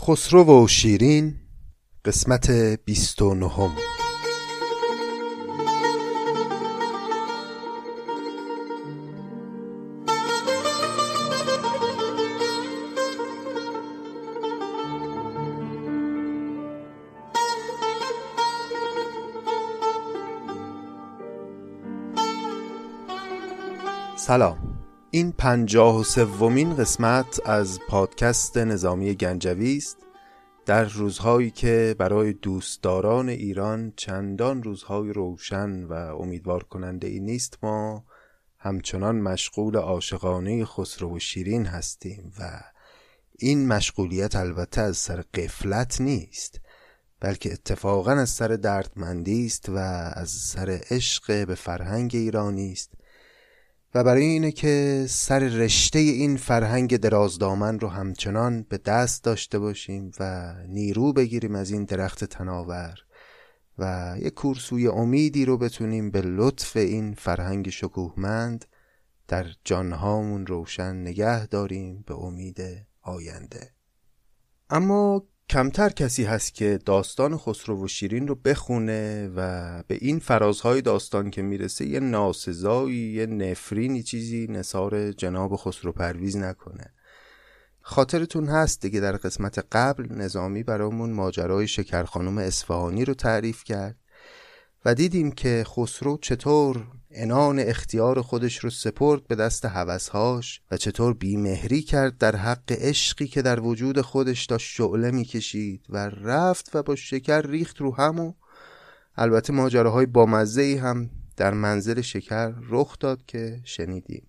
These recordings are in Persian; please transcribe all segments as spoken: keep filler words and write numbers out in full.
خسرو و شیرین قسمت بیست و نهم. سلام، این پنجاه و سومین قسمت از پادکست نظامی گنجوی است. در روزهایی که برای دوستداران ایران چندان روزهای روشن و امیدوار کننده ای نیست، ما همچنان مشغول عاشقانه خسرو و شیرین هستیم و این مشغولیت البته از سر غفلت نیست، بلکه اتفاقاً از سر دردمندی است و از سر عشق به فرهنگ ایرانی است و برای اینه که سر رشته این فرهنگ درازدامن رو همچنان به دست داشته باشیم و نیرو بگیریم از این درخت تناور و یک کورسوی امیدی رو بتونیم به لطف این فرهنگ شکوهمند در جانهامون روشن نگه داریم به امید آینده. اما کمتر کسی هست که داستان خسرو و شیرین رو بخونه و به این فرازهای داستان که میرسه یه ناسزایی، یه نفرینی چیزی نثار جناب خسرو پرویز نکنه. خاطرتون هست دیگه در قسمت قبل نظامی برامون ماجرای شکرخانم اصفهانی رو تعریف کرد و دیدیم که خسرو چطور عنان اختیار خودش رو سپرد به دست هوسهاش و چطور بیمهری کرد در حق عشقی که در وجود خودش داشت شعله میکشید و رفت و با شکر ریخت رو هم. و البته ماجراهای بامزه‌ای هم در منزل شکر رخ داد که شنیدیم.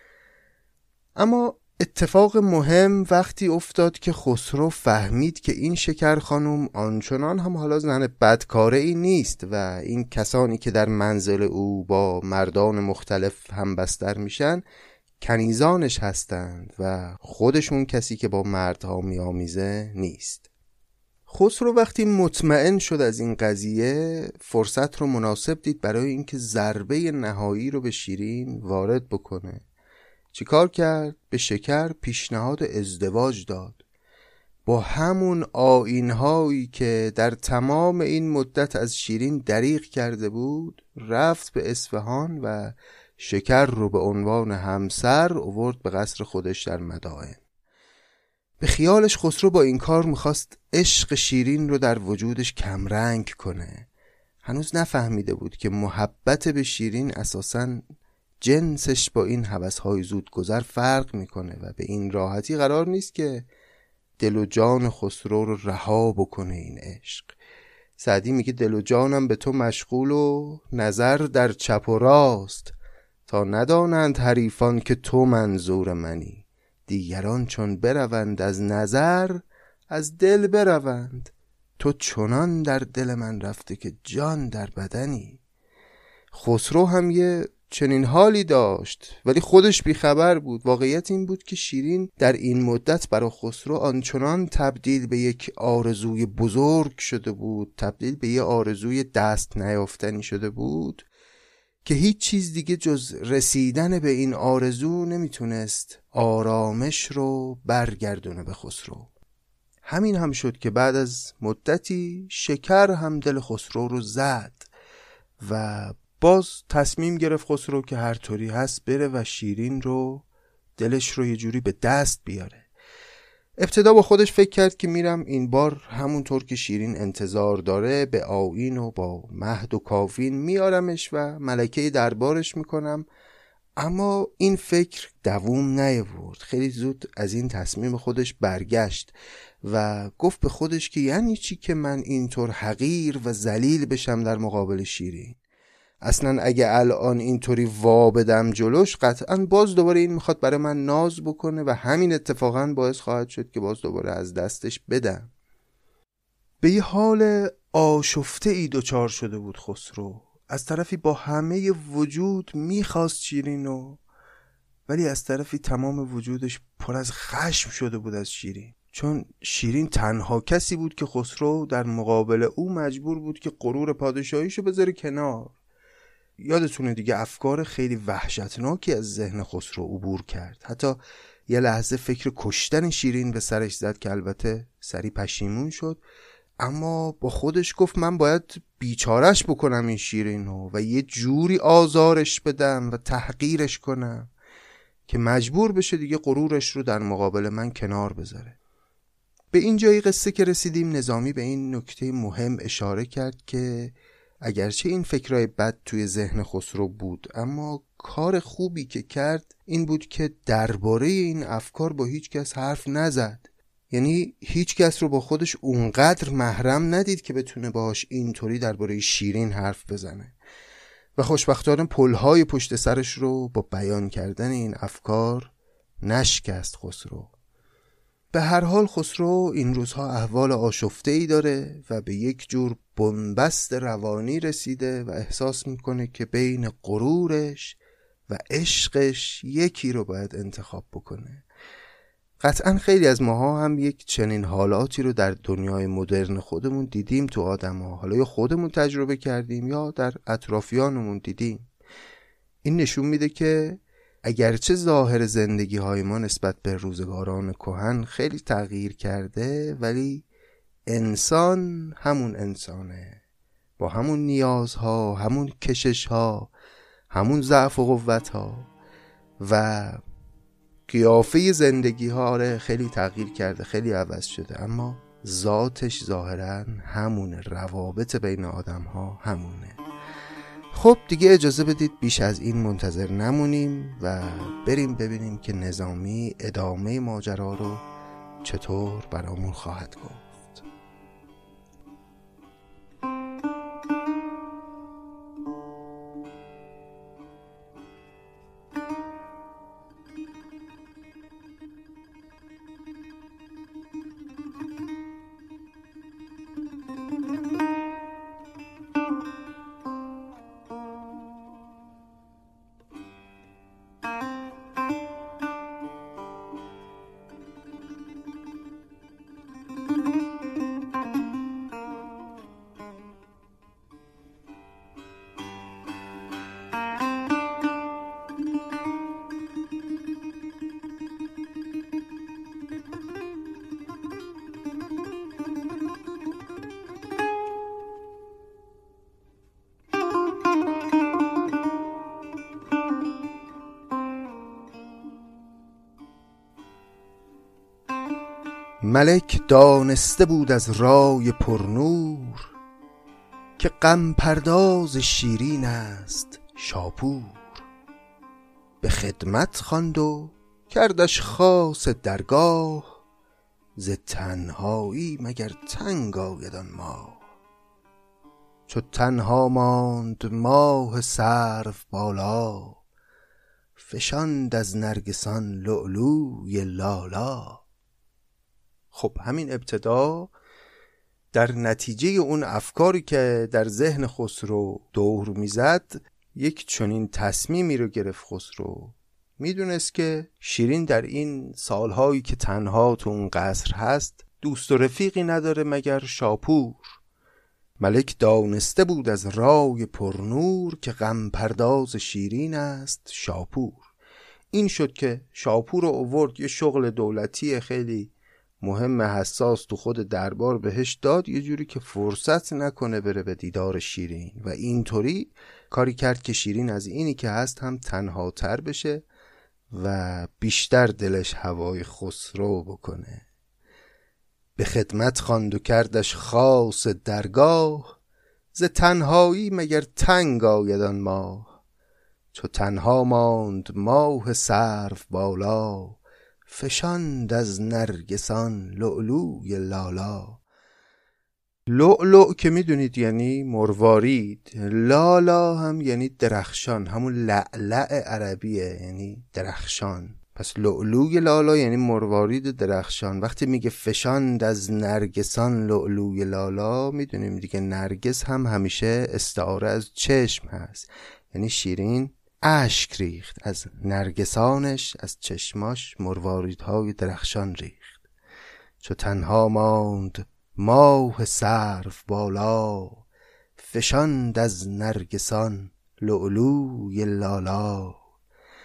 اما اتفاق مهم وقتی افتاد که خسرو فهمید که این شکر خانم آنچنان هم حالا زن بدکاره ای نیست و این کسانی که در منزل او با مردان مختلف هم بستر میشن کنیزانش هستند و خودشون کسی که با مردها میامیزه نیست. خسرو وقتی مطمئن شد از این قضیه فرصت رو مناسب دید برای اینکه ضربه نهایی رو به شیرین وارد بکنه. چی کار کرد؟ به شکر پیشنهاد ازدواج داد با همون آیین‌هایی که در تمام این مدت از شیرین دریغ کرده بود. رفت به اصفهان و شکر رو به عنوان همسر آورد به قصر خودش در مدائن. به خیالش خسرو با این کار میخواست عشق شیرین رو در وجودش کمرنگ کنه. هنوز نفهمیده بود که محبت به شیرین اساساً جنسش با این هوس‌های زودگذر فرق میکنه و به این راحتی قرار نیست که دل و جان خسرو رو رها بکنه این عشق. سعدی میگه دل و جانم به تو مشغول و نظر در چپ و راست، تا ندانند حریفان که تو منظور منی. دیگران چون بروند از نظر از دل بروند، تو چنان در دل من رفته که جان در بدنی. خسرو هم یه چنین حالی داشت ولی خودش بیخبر بود. واقعیت این بود که شیرین در این مدت برای خسرو آنچنان تبدیل به یک آرزوی بزرگ شده بود، تبدیل به یک آرزوی دست نیافتنی شده بود که هیچ چیز دیگه جز رسیدن به این آرزو نمیتونست آرامش رو برگردونه به خسرو. همین هم شد که بعد از مدتی شکر هم دل خسرو رو زد و باز تصمیم گرفت خسرو که هر طوری هست بره و شیرین رو دلش رو یه جوری به دست بیاره. ابتدا با خودش فکر کرد که میرم این بار همونطور که شیرین انتظار داره به آیین و با مهد و کافین میارمش و ملکه دربارش میکنم. اما این فکر دووم نیاورد. خیلی زود از این تصمیم خودش برگشت و گفت به خودش که یعنی چی که من اینطور حقیر و ذلیل بشم در مقابل شیرین؟ اصلا اگه الان اینطوری وا بدم جلوش قطعا باز دوباره این میخواد برای من ناز بکنه و همین اتفاقا باعث خواهد شد که باز دوباره از دستش بدم. به یه حال آشفته ای دچار شده بود خسرو. از طرفی با همه وجود میخواست شیرینو، ولی از طرفی تمام وجودش پر از خشم شده بود از شیرین، چون شیرین تنها کسی بود که خسرو در مقابل او مجبور بود که غرور پادشاهیشو بذاره کنار. یادتونه دیگه افکار خیلی وحشتناکی از ذهن خسرو عبور کرد. حتی یه لحظه فکر کشتن شیرین به سرش زد که البته سری پشیمون شد، اما با خودش گفت من باید بیچارش بکنم این شیرینو و یه جوری آزارش بدم و تحقیرش کنم که مجبور بشه دیگه غرورش رو در مقابل من کنار بذاره. به این جایی قصه که رسیدیم نظامی به این نکته مهم اشاره کرد که اگرچه این فکرای بد توی ذهن خسرو بود، اما کار خوبی که کرد این بود که درباره این افکار با هیچ کس حرف نزد. یعنی هیچ کس رو با خودش اونقدر محرم ندید که بتونه باهاش اینطوری درباره شیرین حرف بزنه و خوشبختانه پلهای پشت سرش رو با بیان کردن این افکار نشکست خسرو. به هر حال خسرو این روزها احوال آشفته ای داره و به یک جور بنبست روانی رسیده و احساس میکنه که بین غرورش و عشقش یکی رو باید انتخاب بکنه. قطعا خیلی از ماها هم یک چنین حالاتی رو در دنیای مدرن خودمون دیدیم تو آدم ها، حالا یا خودمون تجربه کردیم یا در اطرافیانمون دیدیم. این نشون میده که اگرچه ظاهر زندگی های ما نسبت به روزگاران کهن خیلی تغییر کرده، ولی انسان همون انسانه، با همون نیازها، همون کششها، همون ضعف و قوتها و قیافه زندگی ها خیلی تغییر کرده، خیلی عوض شده، اما ذاتش ظاهرا همونه، روابط بین آدم ها همونه. خب دیگه اجازه بدید بیش از این منتظر نمونیم و بریم ببینیم که نظامی ادامه ماجرا رو چطور برامون خواهد گفت. ملک دانسته بود از رای پرنور که غم پرداز شیرین است شاپور. به خدمت خواند و کردش خاص درگاه، ز تنهایی مگر تنگ آید آن ماه. چو تنها ماند ماه سرو بالا، فشاند از نرگسان لؤلؤی لالا. خب همین ابتدا در نتیجه اون افکاری که در ذهن خسرو دور میزد یک چنین تصمیمی رو گرفت. خسرو میدونست که شیرین در این سالهایی که تنها تو اون قصر هست دوست و رفیقی نداره مگر شاپور. ملک دانسته بود از رای پرنور که غم پرداز شیرین است شاپور. این شد که شاپور رو آورد، یه شغل دولتی خیلی مهم حساس تو خود دربار بهش داد، یه جوری که فرصت نکنه بره به دیدار شیرین و اینطوری کاری کرد که شیرین از اینی که هست هم تنها تر بشه و بیشتر دلش هوای خسرو بکنه. به خدمت خواند و کردش خاص درگاه، ز تنهایی مگر تنگ آید آن ماه. چو تنها ماند ماه سرو بالا، فشاند از نرگسان لؤلؤی لالا. لؤلؤ که میدونید یعنی مروارید، لالا هم یعنی درخشان، همون لعلع عربیه یعنی درخشان. پس لؤلؤی لالا یعنی مروارید درخشان. وقتی میگه فشاند از نرگسان لؤلؤی لالا، میدونیم دیگه نرگس هم همیشه استعاره از چشم هست، یعنی شیرین اشک ریخت از نرگسانش، از چشماش مرواریدهای درخشان ریخت. چو تنها ماند ماه سرو بالا، فشاند از نرگسان لؤلؤی لالا.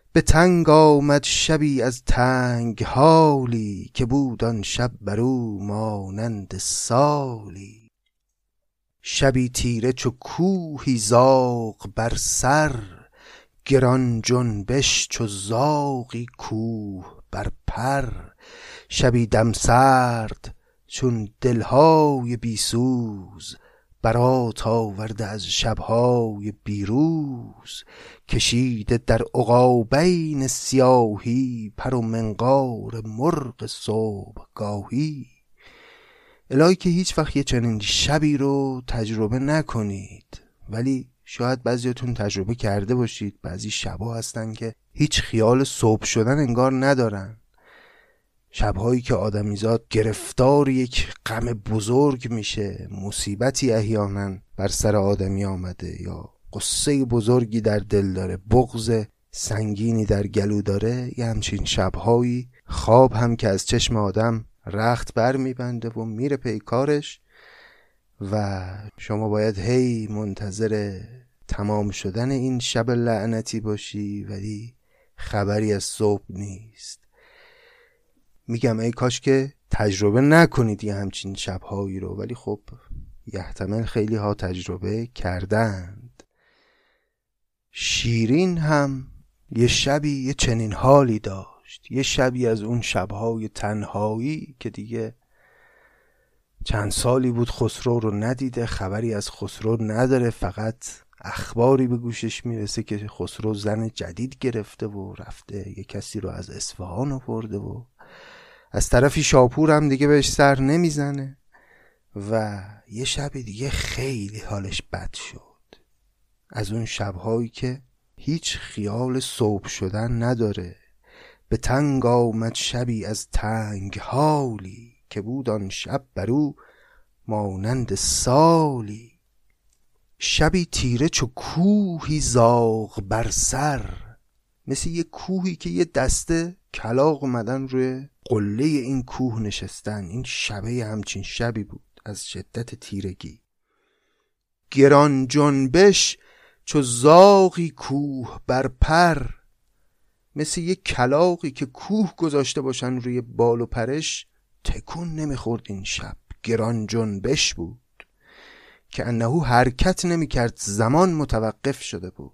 به تنگ آمد شبی از تنگ حالی، که بود آن شب برو مانند سالی. شبی تیره چو کوهی زاغ بر سر، گران جنبش چو زاغی کوه بر پر. شبی دم سرد چون دلهای بیسوز، برات آورده از شبهای بیروز. کشیده در عقابین سیاهی، پر و منقار مرغ صبحگاهی. الهی که هیچ وقت یه چنین شبی رو تجربه نکنید، ولی شاید بعضیاتون تجربه کرده باشید. بعضی شبها هستن که هیچ خیال صبح شدن انگار ندارن، شبهایی که آدمیزاد گرفتار یک غم بزرگ میشه، مصیبتی احیانا بر سر آدمی آمده، یا قصه بزرگی در دل داره، بغض سنگینی در گلو داره. یه همچین شبهایی خواب هم که از چشم آدم رخت بر میبنده و میره پی کارش و شما باید هی منتظر تمام شدن این شب لعنتی باشی، ولی خبری از صبح نیست. میگم ای کاش که تجربه نکنید یه همچین شبهایی رو، ولی خب یحتمل خیلی ها تجربه کردند. شیرین هم یه شبی یه چنین حالی داشت، یه شبی از اون شبهای تنهایی که دیگه چند سالی بود خسرو رو ندیده، خبری از خسرو نداره، فقط اخباری به گوشش میرسه که خسرو زن جدید گرفته و رفته یه کسی رو از اصفهان آورده و از طرفی شاپور هم دیگه بهش سر نمیزنه و یه شب دیگه خیلی حالش بد شد. از اون شبهایی که هیچ خیال صبح شدن نداره. به تنگ آمد شبی از تنگ حالی، که بود آن شب برو مانند سالی. شبی تیره چو کوهی زاغ بر سر، مثل یه کوهی که یه دسته کلاغ اومدن روی قله این کوه نشستن. این شبه همچین شبی بود از شدت تیرگی. گران جنبش چو زاغی کوه بر پر، مثل یه کلاغی که کوه گذاشته باشن روی بال و پرش، تکون نمیخورد این شب. گران جنبش بود که انهو حرکت نمیکرد، زمان متوقف شده بود.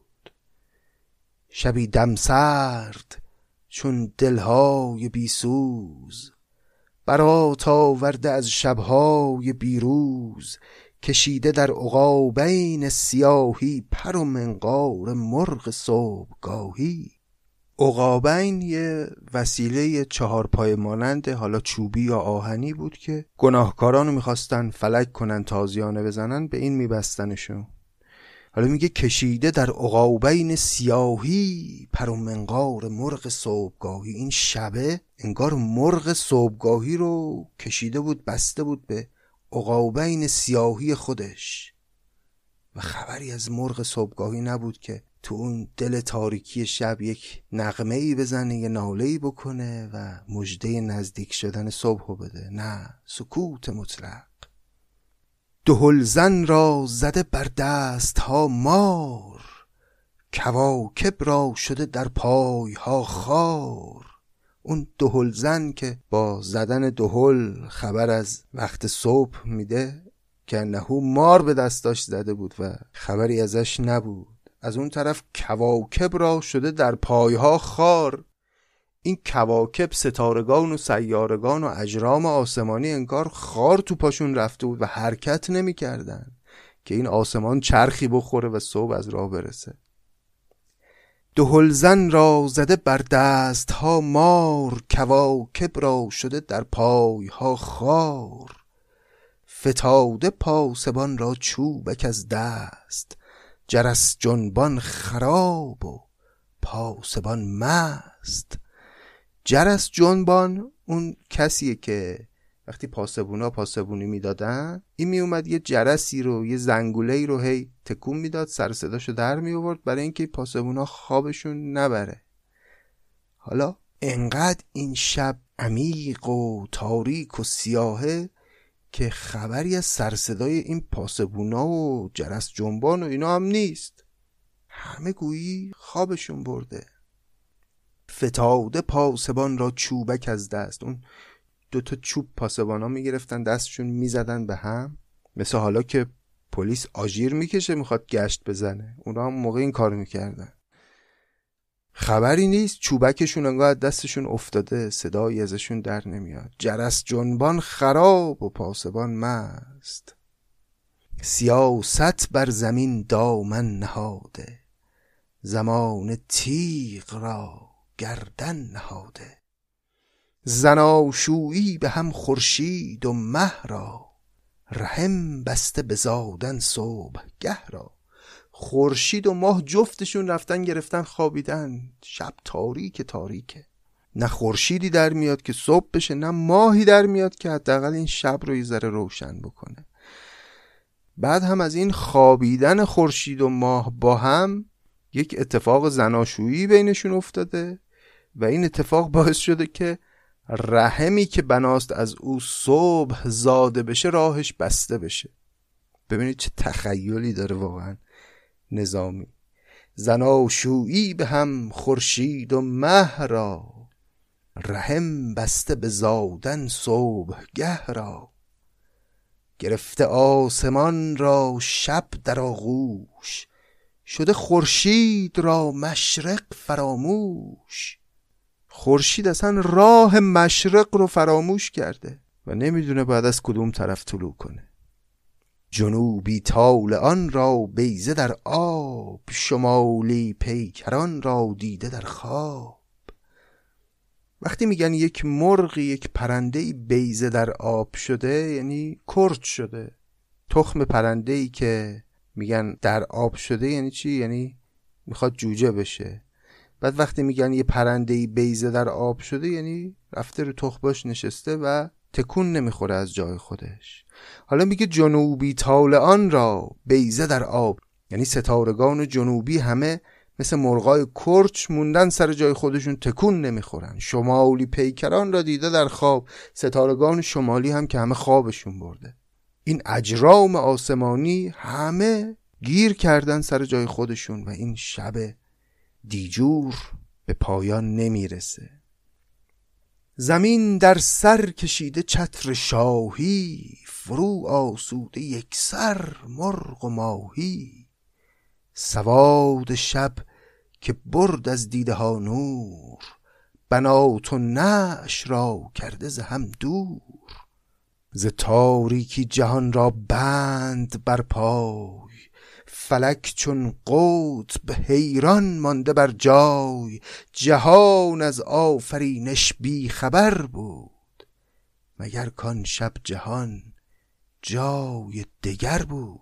شبی دم سرد چون دلهای بیسوز، برات آورده از شبهای بیروز. کشیده در عقابین سیاهی، پر و منقار مرغ صبحگاهی. عقابین یه وسیله چهار پای مانند، حالا چوبی یا آهنی بود که گناهکارانو میخواستن فلک کنن، تازیانه بزنن، به این میبستنشون. حالا میگه کشیده در عقابین سیاهی، پر و منقار مرغ صبحگاهی. این شبه انگار مرغ صبحگاهی رو کشیده بود، بسته بود به عقابین سیاهی خودش و خبری از مرغ صبحگاهی نبود که تو اون دل تاریکی شب یک نغمه‌ای بزنه، یه ناله‌ای بکنه و مژده نزدیک شدن صبحو بده. نه، سکوت مطلق. دهلزن را زده بر دست ها مار، کواکب را شده در پای ها خار. اون دهلزن که با زدن دهل خبر از وقت صبح میده، که نهو مار به دستاش زده بود و خبری ازش نبود. از اون طرف کواکب را شده در پایها خار. این کواکب، ستارگان و سیارگان و اجرام آسمانی، انگار خار تو پاشون رفته بود و حرکت نمی کردن که این آسمان چرخی بخوره و صبح از راه برسه. دهلزن را زده بر دست ها مار، کواکب را شده در پای ها خار. فتاده پاسبان را چوبک از دست، جرس جنبان خراب و پاسبان مست. جرس جنبان اون کسیه که وقتی پاسبونا پاسبونی میدادن، این می اومد یه جرسی رو، یه زنگوله‌ای رو هی تکون میداد، سر صداشو در می آورد برای اینکه پاسبونا خوابشون نبره. حالا انقدر این شب عمیق و تاریک و سیاهه که خبری از سر صدای این پاسبونا و جرس جنبان و اینا هم نیست. همه گویی خوابشون برده. فتاده پاسبان را چوبک از دست. اون دوتا چوب پاسبان ها میگرفتن دستشون میزدن به هم، مثل حالا که پلیس آژیر میکشه میخواد گشت بزنه، اونا هم موقع این کار میکردن. خبری نیست، چوبکشون انگار دستشون افتاده، صدایی ازشون در نمیاد. جرس جنبان خراب و پاسبان مست، سیاست بر زمین دامن نهاده، زمان تیغ را گردن نهاده. زناشویی به هم خورشید و مه را، رحم بسته به زادن صبح گه را. خورشید و ماه جفتشون رفتن گرفتن خوابیدن، شب تاریک تاریکه، نه خورشیدی در میاد که صبح بشه، نه ماهی در میاد که حداقل این شب رو یه ذره روشن بکنه. بعد هم از این خوابیدن خورشید و ماه با هم یک اتفاق زناشویی بینشون افتاده و این اتفاق باعث شده که رحمی که بناست از او صبح زاده بشه راهش بسته بشه. ببینید چه تخیلی داره واقعا نظامی. زناشویی به هم خورشید و مه را، رحم بسته به زادن صبح گه را. گرفته آسمان را شب در آغوش، شده خورشید را مشرق فراموش. خورشید اصلا راه مشرق رو فراموش کرده و نمیدونه بعد از کدوم طرف طلوع کنه. جنوبی طالعان را بیضه در آب، شمالی پیکران را دیده در خواب. وقتی میگن یک مرغ، یک پرنده‌ای بیضه در آب شده یعنی کرد شده. تخم پرنده‌ای که میگن در آب شده یعنی چی؟ یعنی میخواد جوجه بشه. بعد وقتی میگن یه پرنده‌ای بیضه در آب شده یعنی رفته رو تخمش نشسته و تکون نمیخوره از جای خودش. حالا میگه جنوبی طالعان را بیضه در آب، یعنی ستارگان جنوبی همه مثل مرغای کرچ موندن سر جای خودشون، تکون نمیخورن. شمالی پیکران را دیده در خواب، ستارگان شمالی هم که همه خوابشون برده. این اجرام آسمانی همه گیر کردن سر جای خودشون و این شب دیجور به پایان نمیرسه. زمین در سر کشیده چتر شاهی، فرو آسوده یک سر مرغ و ماهی. سواد شب که برد از دیده ها نور، بنات و نعش را کرده ز هم دور. ز تاریکی جهان را بند بر پای، فلک چون قطب حیران مانده بر جای. جهان از آفرینش بی خبر بود، مگر کان شب جهان جای دگر بود.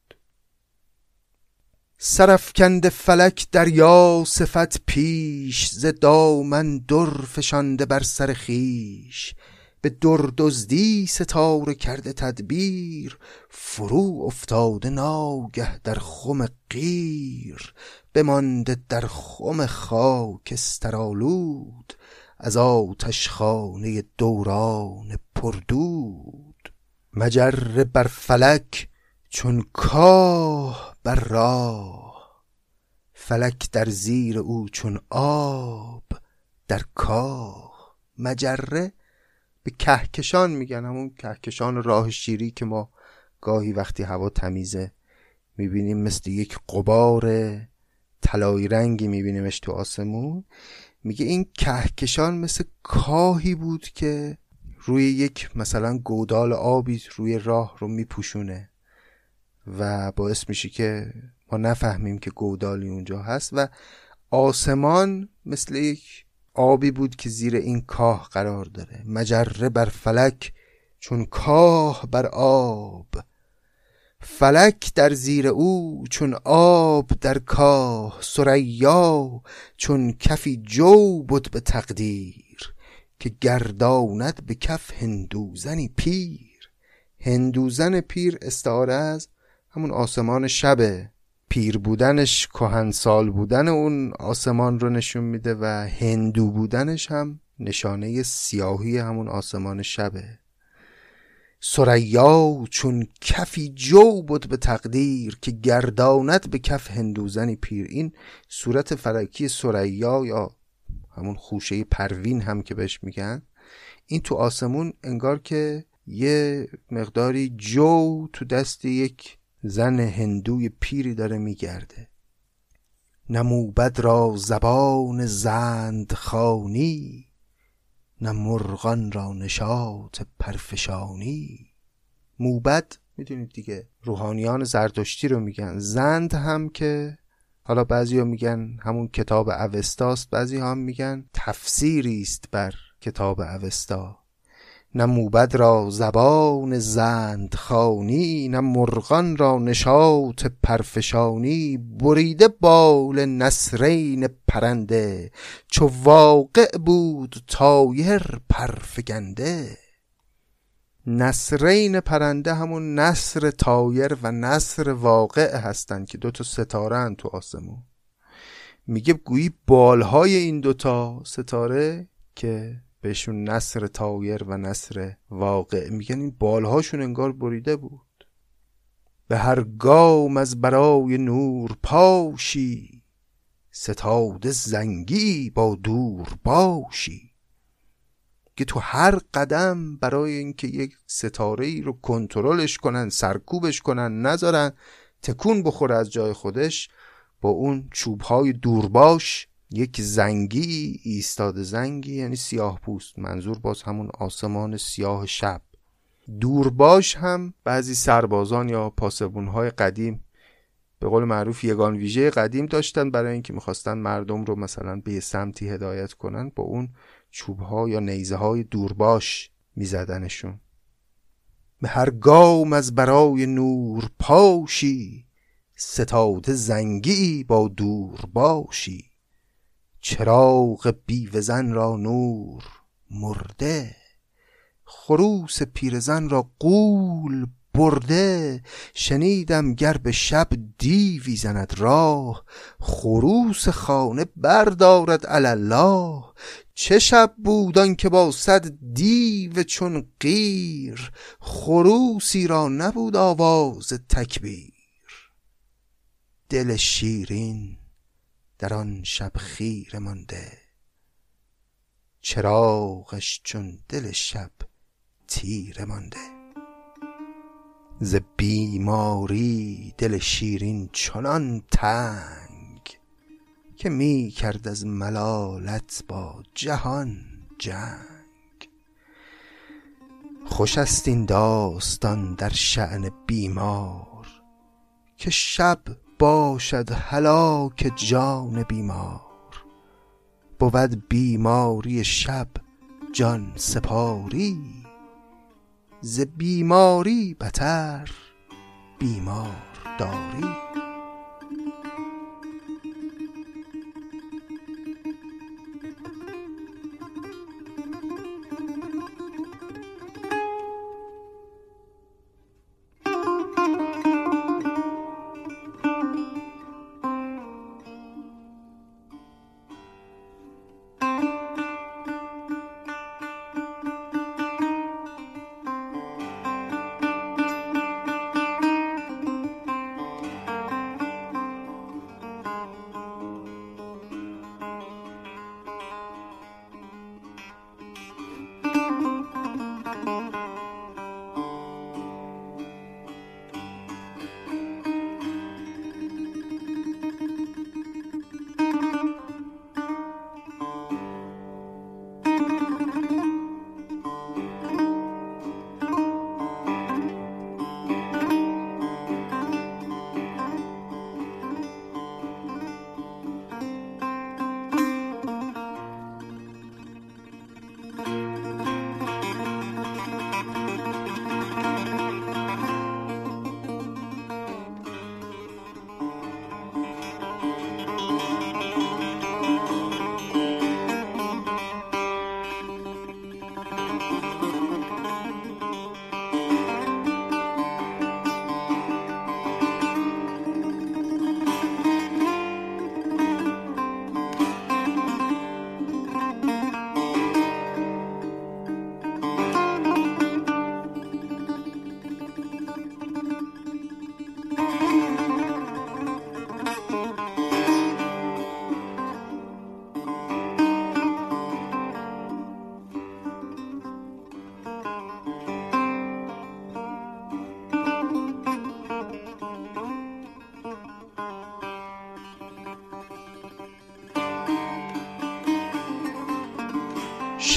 سرافکنده فلک دریا صفت پیش، ز دامن در فشانده بر سر خویش. به در دزدی ستاره کرده تدبیر، فرو افتاده ناگه در خم قیر. بمانده در خم خاک استرآلود، از آتش خانه دوران پردود. مجره بر فلک چون کاه بر راه، فلک در زیر او چون آب در کاه. مجره به کهکشان میگن، همون کهکشان راه شیری که ما گاهی وقتی هوا تمیزه میبینیم مثل یک غبار طلایی رنگی میبینیمش تو آسمون. میگه این کهکشان مثل کاهی بود که روی یک مثلا گودال آبی روی راه رو میپوشونه و باعث میشه که ما نفهمیم که گودالی اونجا هست. و آسمان مثل یک آبی بود که زیر این کاه قرار داره. مجره بر فلک چون کاه بر آب، فلک در زیر او چون آب در کاه. ثریا چون کفی جو بود به تقدیر، که گرداند به کف هندوزنی پیر. هندوزن پیر استعاره از همون آسمان شبه. پیر بودنش کهنسال بودن اون آسمان رو نشون میده و هندو بودنش هم نشانه سیاهی همون آسمان شبه. ثریا چون کفی جو بود به تقدیر، که گرداند به کف هندوزنی پیر. این صورت فلکی ثریا یا همون خوشه پروین هم که بهش میگن، این تو آسمون انگار که یه مقداری جو تو دست یک زن هندوی پیری داره میگرده. نه موبد را زبان زند خوانی، نه مرغان را نشاط پرفشانی. موبد میدونید دیگه روحانیان زرتشتی رو میگن. زند هم که حالا بعضی ها میگن همون کتاب اوستاست، بعضی ها هم میگن تفسیری است بر کتاب اوستا. نه موبد را زبان زند خوانی، نه مرغان را نشاط پرفشانی. بریده بال نسرین پرنده، چو واقع بود طایر پرفگنده. نسرین پرنده همون نسر طایر و نسر واقع هستن که دوتا ستاره هن تو آسمون. میگه گویی بالهای این دوتا ستاره که بهشون نسر طایر و نسر واقع میگن، این بالهاشون انگار بریده بود. به هر گام از برای نور پاشی، ستاده زنگی با دور باشی. که تو هر قدم برای اینکه یک ستاره ای رو کنترلش کنن، سرکوبش کنن، نذارن تکون بخوره از جای خودش، با اون چوبهای دورباش یک زنگی ایستاده. زنگی یعنی سیاه پوست، منظور باز همون آسمان سیاه شب. دورباش هم بعضی سربازان یا پاسبونهای قدیم به قول معروف یگان ویژه قدیم داشتن، برای اینکه میخواستن مردم رو مثلا به سمتی هدایت کنن، با اون چوبها یا نیزه های دورباش میزدنشون. به هر گام از برای نور پاشی، ستاده زنگی با دور باشی. چراغ بیوه‌زن را نور مرده، خروس پیرزن را غول برده. شنیدم گر به شب دیوی زند راه، خروس خانه بردارد علی. چه شب بود آن که با صد دیو چون قیر، خروسی را نبود آواز تکبیر. دل شیرین در آن شب خیره مانده، چراغش چون دل شب تیره مانده. ز بیماری دل شیرین چنان تنگ، که می کرد از ملالت با جهان جنگ. خوش است این داستان در شأن بیمار، که شب باشد هلاک جان بیمار. بود بیماری شب جان سپاری، ز بیماری بتر بیمار داری.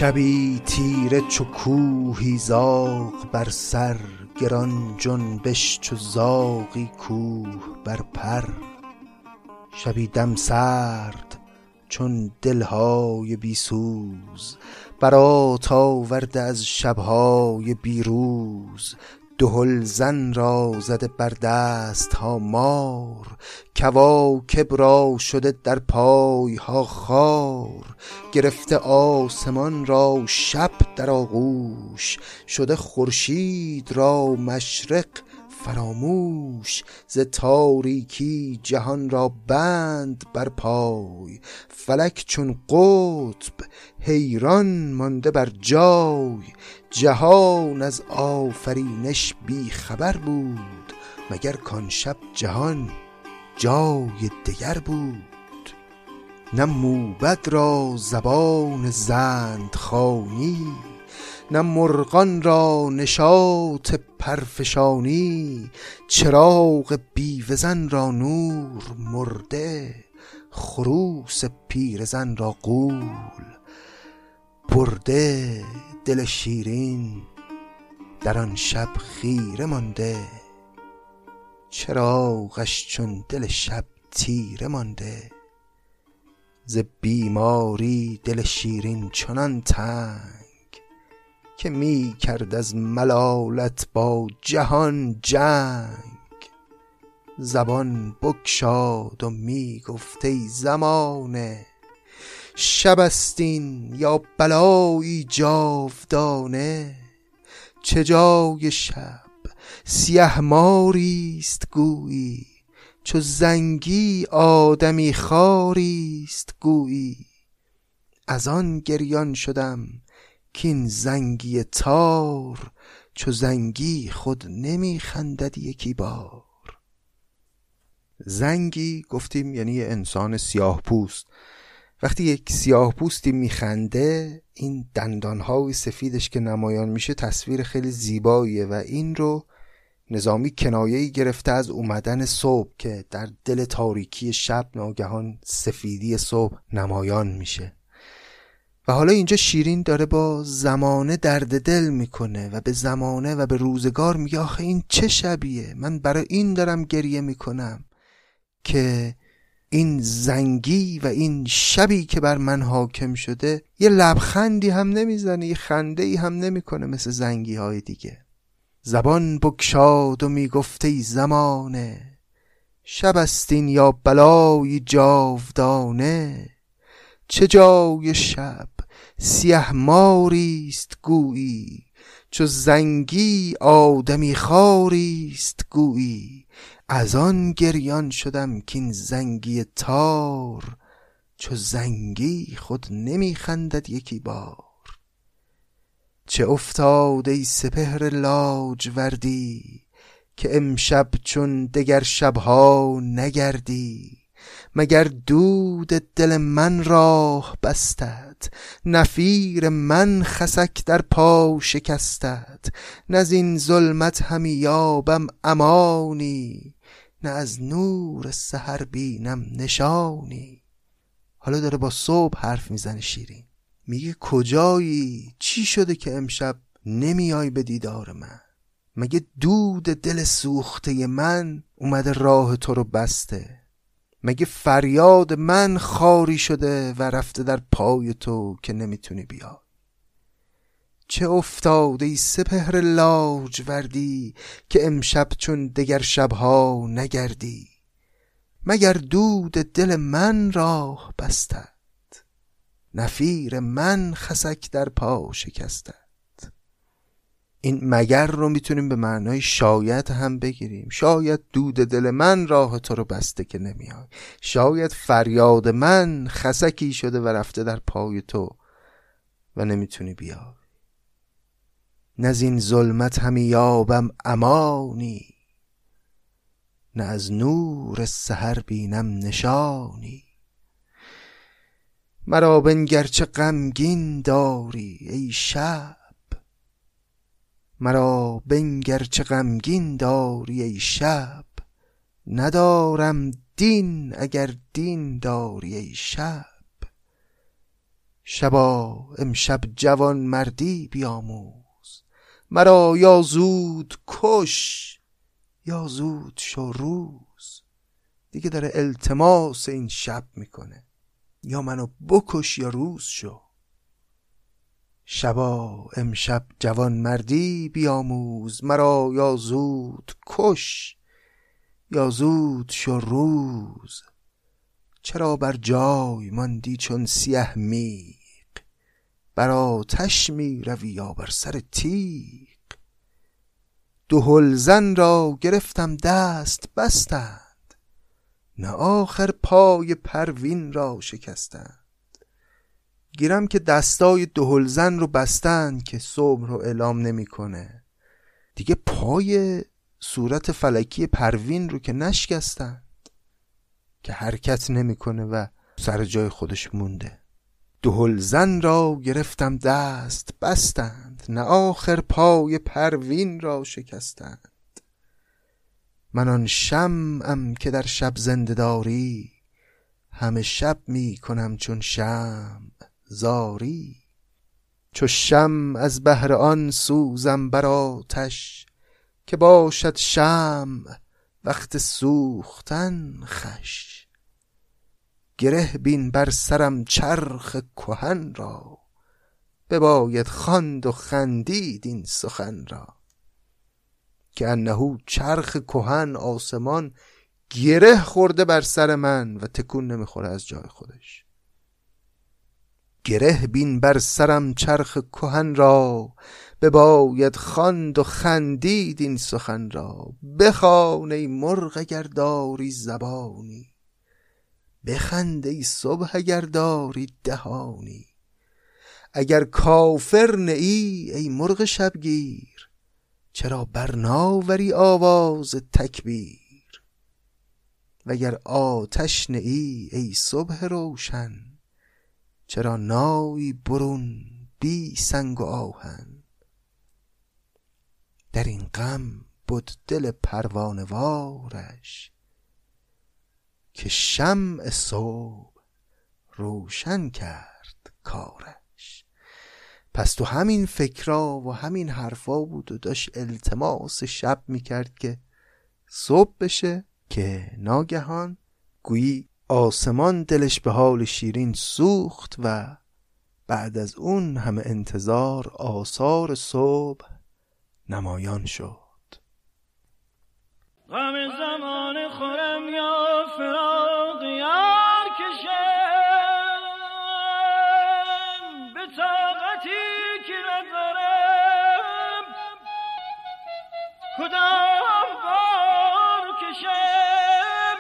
شبی تیره چو کوهی زاغ بر سر، گران جنبش چو زاغی کوه بر پر. شبی دم سرد چون دلهای بی سوز، برات آورده از شبهای بیروز. دهل زن را زده بر دست ها مار، کواکب را شده در پای ها خار. گرفته آسمان را شب در آغوش، شده خورشید را مشرق فراموش. ز تاریکی جهان را بند بر پای، فلک چون قطب حیران مانده بر جای. جهان از آفرینش بی خبر بود، مگر کان شب جهان جای دگر بود. نه موبد را زبان زند خوانی، نه مرغان را نشاط پرفشانی. چراغ بیوه زن را نور مرده، خروس پیرزن را غول برده. دل شیرین در آن شب خیره مانده، چراغش چون دل شب تیره مانده. ز بیماری دل شیرین چنان تنگ، که می کرد از ملالت با جهان جنگ. زبان بگشاد و می گفت ای زمانه، شب است این یا بلایی جاودانه. چه جای شب سیه ماریست گویی، چو زنگی آدمی خواریست گویی. از آن گریان شدم کین زنگی تار، چو زنگی خود نمی خندد یکی بار. زنگی گفتیم یعنی انسان سیاه پوست. وقتی یک سیاه پوستی میخنده، این دندانهای سفیدش که نمایان میشه تصویر خیلی زیباییه و این رو نظامی کنایه‌ای گرفته از اومدن صبح که در دل تاریکی شب ناگهان سفیدی صبح نمایان میشه. و حالا اینجا شیرین داره با زمانه درد دل میکنه و به زمانه و به روزگار میگه آخه این چه شبیه، من برای این دارم گریه میکنم که این زنگی و این شبی که بر من حاکم شده یه لبخندی هم نمیزنه، یه خنده ای هم نمیکنه مثل زنگی های دیگه. زبان بگشاد و میگفت ای زمانه، شب است این یا بلای جاودانه. چه جای شب سیه ماریست گویی، چو زنگی آدمی خواریست گویی. از آن گریان شدم کین زنگی تار، چو زنگی خود نمی خندد یکی بار. چه افتاد ای سپهر لاجوردی، که امشب چون دگر شبها نگردی. مگر دود دل من راه بستد، نفیر من خسک در پا شکستد. نه از این ظلمت همی یابم امانی، نه از نور سحر بینم نشانی. حالا داره با صبح حرف میزنه شیرین، میگه کجایی؟ چی شده که امشب نمیای به دیدار من؟ مگه دود دل سوخته من اومده راه تو رو بسته؟ مگه فریاد من خاری شده و رفته در پای تو که نمیتونی بیای؟ چه افتاده ای سپهر لاجوردی، که امشب چون دگر شبها نگردی. مگر دود دل من راه بستد، نفیر من خسک در پا شکستد. این مگر رو میتونیم به معنای شاید هم بگیریم. شاید دود دل من راه تو رو بسته که نمیای، شاید فریاد من خسکی شده و رفته در پای تو و نمیتونی بیای. نه از این ظلمت همی یابم امانی، نه از نور سحر بینم نشانی. مرا بنگر چه غمگین داری ای شب، مرا بنگر چه غمگین داری ای شب. ندارم دین اگر دین داری ای شب. شبا امشب جوان مردی بیاموز، مرا یا زود کش یا زود شو روز. دیگه داره التماس این شب میکنه، یا منو بکش یا روز شو. شبا امشب جوان مردی بیاموز، مرا یا زود کش یا زود شو روز. چرا بر جای ماندی چون سیه میغ، بر آتش می روی یا بر سر تیغ. دهلزن را گرفتم دست بستند، نه آخر پای پروین را شکستند. گیرم که دستای دهلزن رو بستند که صبح رو اعلام نمیکنه، دیگه پای صورت فلکی پروین رو که نشکستند که حرکت نمیکنه و سر جای خودش مونده. دهلزن را گرفتم دست بستند، نه آخر پای پروین را شکستند. من آن شمعم که در شب زنده داری، همه شب می کنم چون شمع زاری. چو شمع از بهر آن سوزم بر آتش، که باشد شمع وقت سوختن خوش. گره بین بر سرم چرخ کهن را، بباید خواند و خندید این سخن را. که انهو چرخ کهن آسمان گره خورده بر سر من و تکون نمیخوره از جای خودش. گره بین بر سرم چرخ کهن را، بباید خواند و خندید این سخن را. بخوان ای مرغ اگر داری زبانی، بخند ای صبح اگر داری دهانی. اگر کافر نه ای ای مرغ شبگیر، چرا برناوری آواز تکبیر. وگر آتش نه ای ای صبح روشن، چرا نایی برون بی سنگ و آهن. در این غم بود دل پروانه وارش، که شمع صبح روشن کرد کارش. پس تو همین فکرها و همین حرفا بود و داشت التماس شب میکرد که صبح بشه، که ناگهان گویی آسمان دلش به حال شیرین سوخت و بعد از اون همه انتظار آثار صبح نمایان شد. غم زمان خورم یا فراق یار کشم، به طاقتی که ندارم کدام بار کشم.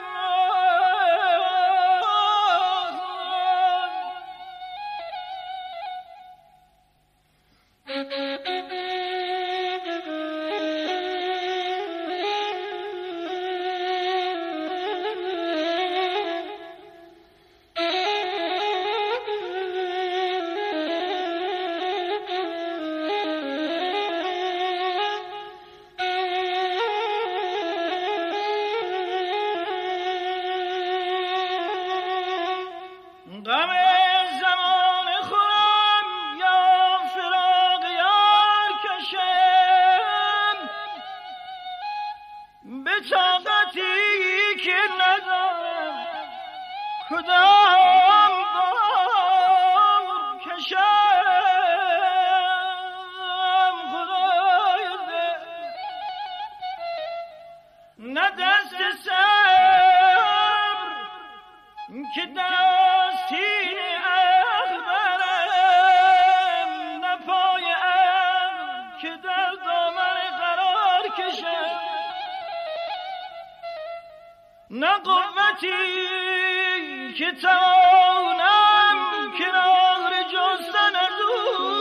نه قوتی که توانم کنار جستن از او،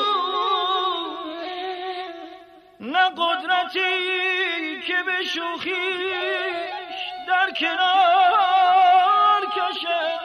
نه قدرتی که به شوخیش در کنار کشم.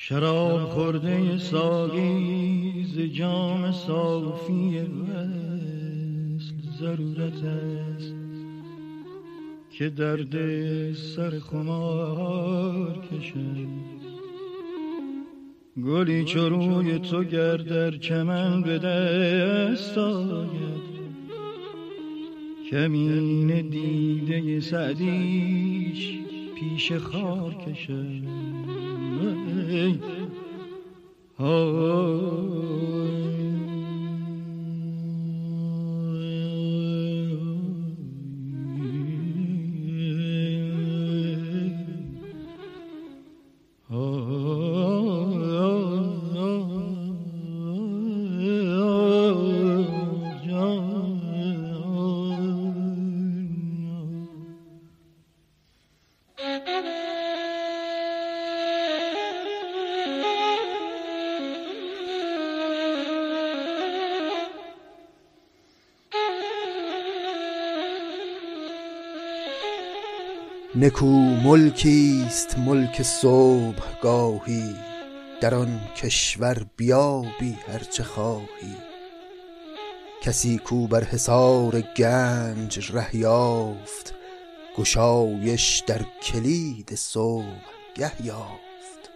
شراب خورده ساقی ز جام صافی وصل ضرورت است که درد سر خمار کشد. گلی چو روی تو گر در چمن به دست آید، کمین دیده سعدیش پیش خار کشد. نکو ملکیست ملک صبح گاهی، در آن کشور بیابی هرچه خواهی. کسی کو بر حصار گنج ره یافت، گشایش در کلید صبح گه یافت.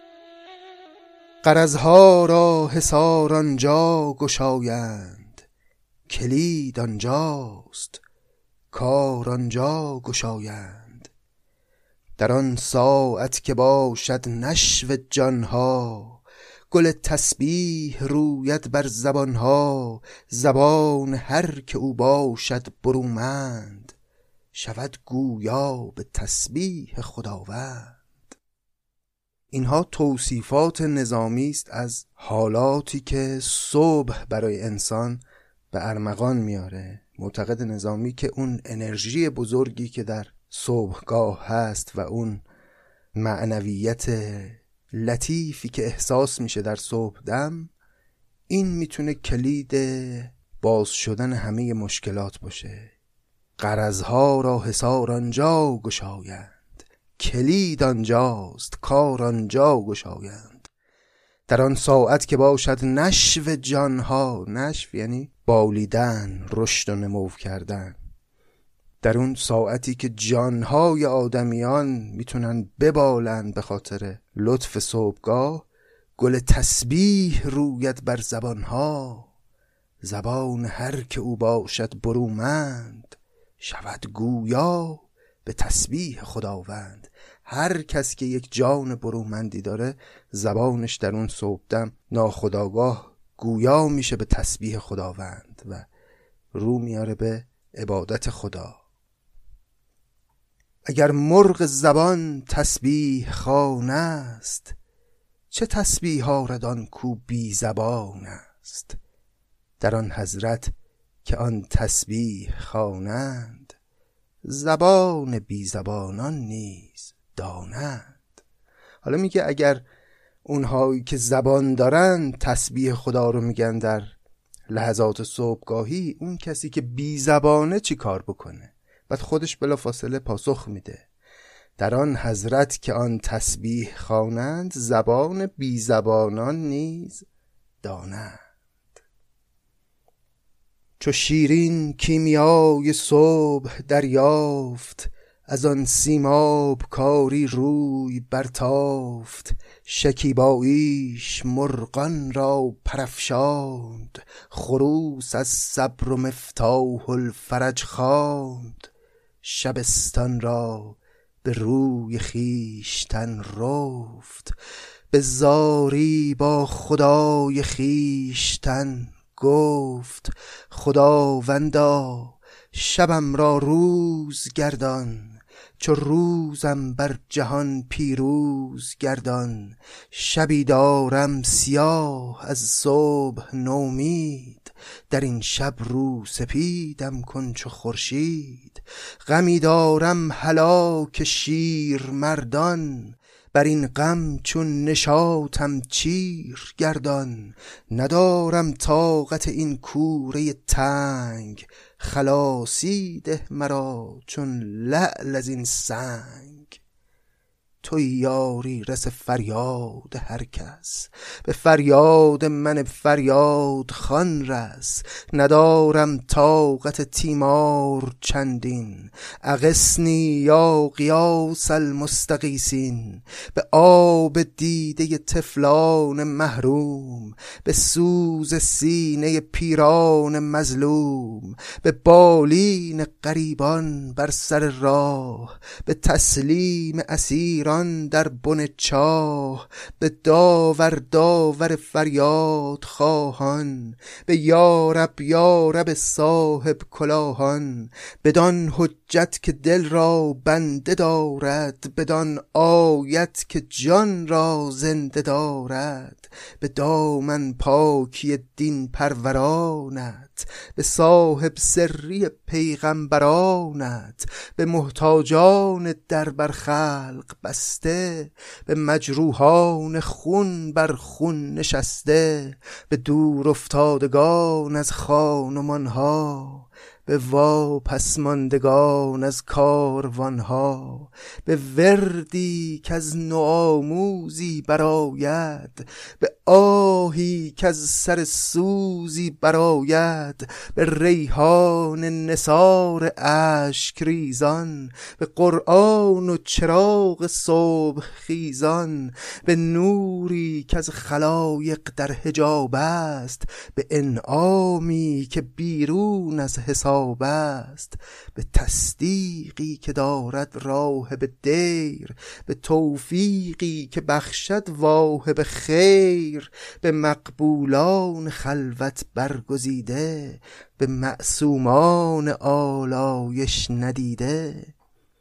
غرضها را حصار آنجا گشایند، کلید آنجاست کار آنجا گشایند. در آن ساعت که باشد نشو جانها، گل تسبیح روید بر زبانها. زبان هر که او باشد برومند، شود گویا به تسبیح خداوند. اینها توصیفات نظامی است از حالاتی که صبح برای انسان به ارمغان میاره. معتقد نظامی که اون انرژی بزرگی که در صبحگاه هست و اون معنویت لطیفی که احساس میشه در صبح دم، این میتونه کلید باز شدن همه مشکلات باشه. غرضها را حصار آنجا گشایند، کلید آنجاست کار آنجا گشایند. در آن ساعت که باشد نشو جانها، نشو یعنی بالیدن، رشد و نمو کردن. در اون ساعتی که جانهای آدمیان میتونن ببالن به خاطر لطف صبحگاه، گل تسبیح روید بر زبانها. زبان هر که او باشد برومند، شود گویا به تسبیح خداوند. هر کس که یک جان برومندی داره، زبانش در اون صبحدم ناخودآگاه گویا میشه به تسبیح خداوند و رو میاره به عبادت خدا. اگر مرغ زبان تسبیح خوان است، چه تسبیح آرد آن کو بی زبان است. در آن حضرت که آن تسبیح خوانند، زبان بی زبانان نیز دانند. حالا میگه اگر اونهایی که زبان دارن تسبیح خدا رو میگن در لحظات صبحگاهی، اون کسی که بی زبانه چی کار بکنه؟ بعد خودش بلا فاصله پاسخ میده در آن حضرت که آن تسبیح خوانند، زبان بی زبانان نیز دانند. چو شیرین کیمیای صبح دریافت، از آن سیماب کاری روی برتافت. شکیباییش مرغان را پرافشاند، خروس از صبر و مفتاح الفرج خواند. شبستان را به روی خیشتن رفت، به زاری با خدای خیشتن گفت. خداوندا شبم را روز گردان، چو روزم بر جهان پیروز گردان. شبی دارم سیاه از صبح نومید، در این شب رو سپیدم کن چو خورشید. غمی دارم هلاک شیر مردان، بر این غم چون نشاطم چیر گردان. ندارم طاقت این کوره تنگ، خلاصی ده مرا چون لعل از این سنگ. توی یاری رس فریاد هر کس. به فریاد من فریاد خان رس، ندارم طاقت تیمار چندین. اغثنی یا غیاث المستغیثین، به آب دیده طفلان محروم، به سوز سینه پیران مظلوم، به بالین غریبان بر سر راه، به تسلیم اسیران در بن چاه، به داور داور فریاد خواهان، به یارب یارب صاحب کلاهان. بدان حجت که دل را بنده دارد، بدان آیت که جان را زنده دارد، به دامن پاکی دین پرورانت، به صاحب سری پیغمبرانت، به محتاجان در بر خلق بسته، به مجروحان خون بر خون نشسته، به دور افتادگان از خانمانها، به واپس ماندگان از کاروانها، به وردی که از نوآموزی براید، به آهی که از سر سوزی براید، به ریحان نثار اشک ریزان، به قرآن و چراغ صبح خیزان، به نوری که از خلایق در حجاب است، به انعامی که بیرون از حساب است، به تصدیقی که دارد راهب دیر، به توفیقی که بخشد واهب خیر، به مقبولان خلوت برگزیده، به معصومان آلایش ندیده،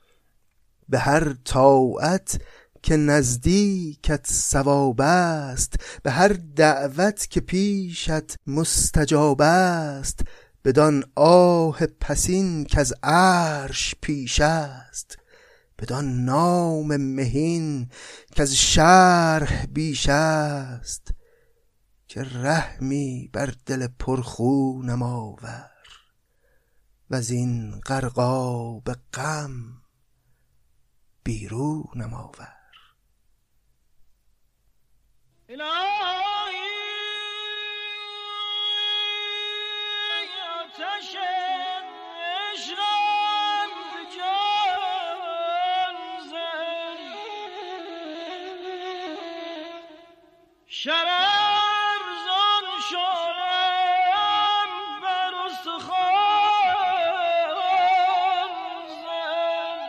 به هر طاعت که نزدیکت ثواب است، به هر دعوت که پیشت مستجاب است، بدان آه پسین که از عرش پیش است، بدان نام مهین که از شرح بیش است، که رحمی بر دل پرخونم آور، وز این غرقاب غم بیرونم آور. شرر زان شالم بر استخوان زن،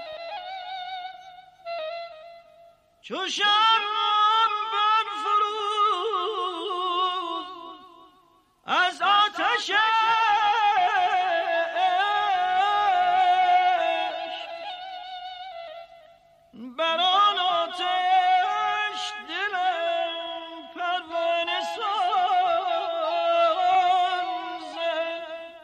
چو شمع بر فروز از آتش بر آن آتش دلم پروانه سان زد.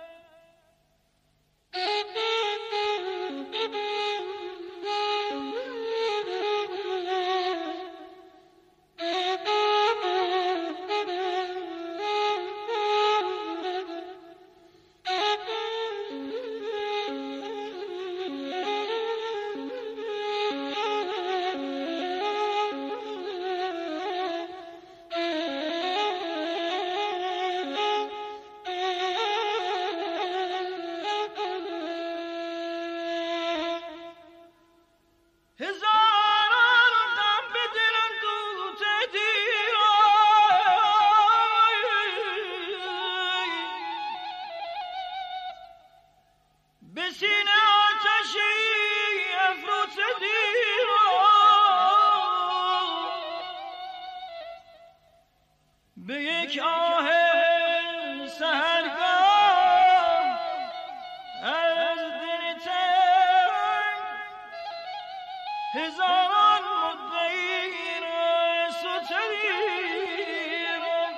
به یک آه سحرگاه از دل تنگ هزاران مدعی را ستیرم.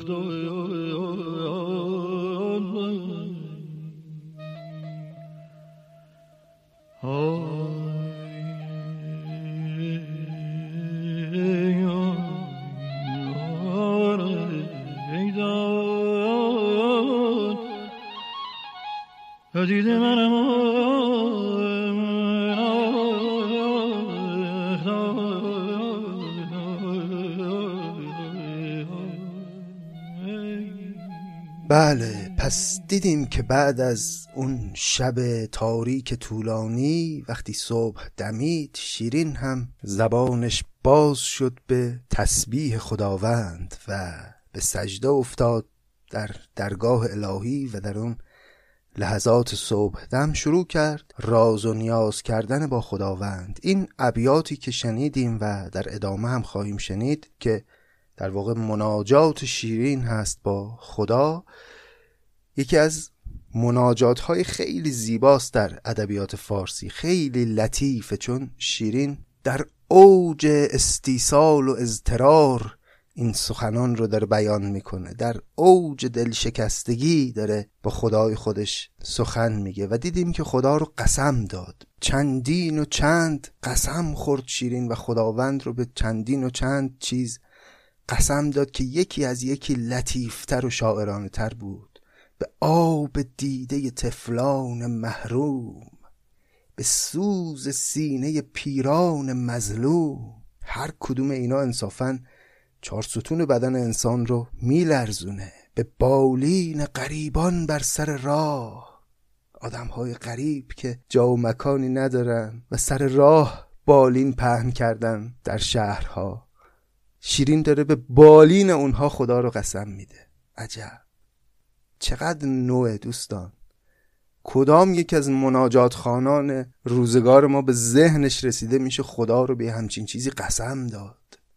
دیده منم بله، پس دیدیم که بعد از اون شب تاریک طولانی وقتی صبح دمید، شیرین هم زبانش باز شد به تسبیح خداوند و به سجده افتاد در درگاه الهی و در اون لحظات صبح دم شروع کرد راز و نیاز کردن با خداوند. این ابیاتی که شنیدیم و در ادامه هم خواهیم شنید که در واقع مناجات شیرین هست با خدا، یکی از مناجات های خیلی زیباست در ادبیات فارسی، خیلی لطیفه، چون شیرین در اوج استیصال و اضطرار این سخنان رو داره بیان میکنه، در اوج دلشکستگی داره با خدای خودش سخن میگه و دیدیم که خدا رو قسم داد، چندین و چند قسم خورد شیرین و خداوند رو به چندین و چند چیز قسم داد که یکی از یکی لطیفتر و شاعرانه تر بود. به آب دیده طفلان محروم، به سوز سینه پیران مظلوم. هر کدوم اینا انصافاً چهار ستون بدن انسان رو میلرزونه. به بالین غریبان بر سر راه، آدم های غریب که جا و مکانی ندارن و سر راه بالین پهن کردن در شهرها. شیرین داره به بالین اونها خدا رو قسم میده. عجب، چقدر نوعه دوستان. کدام یک از مناجات خوانان روزگار ما به ذهنش رسیده میشه خدا رو به همچین چیزی قسم داد؟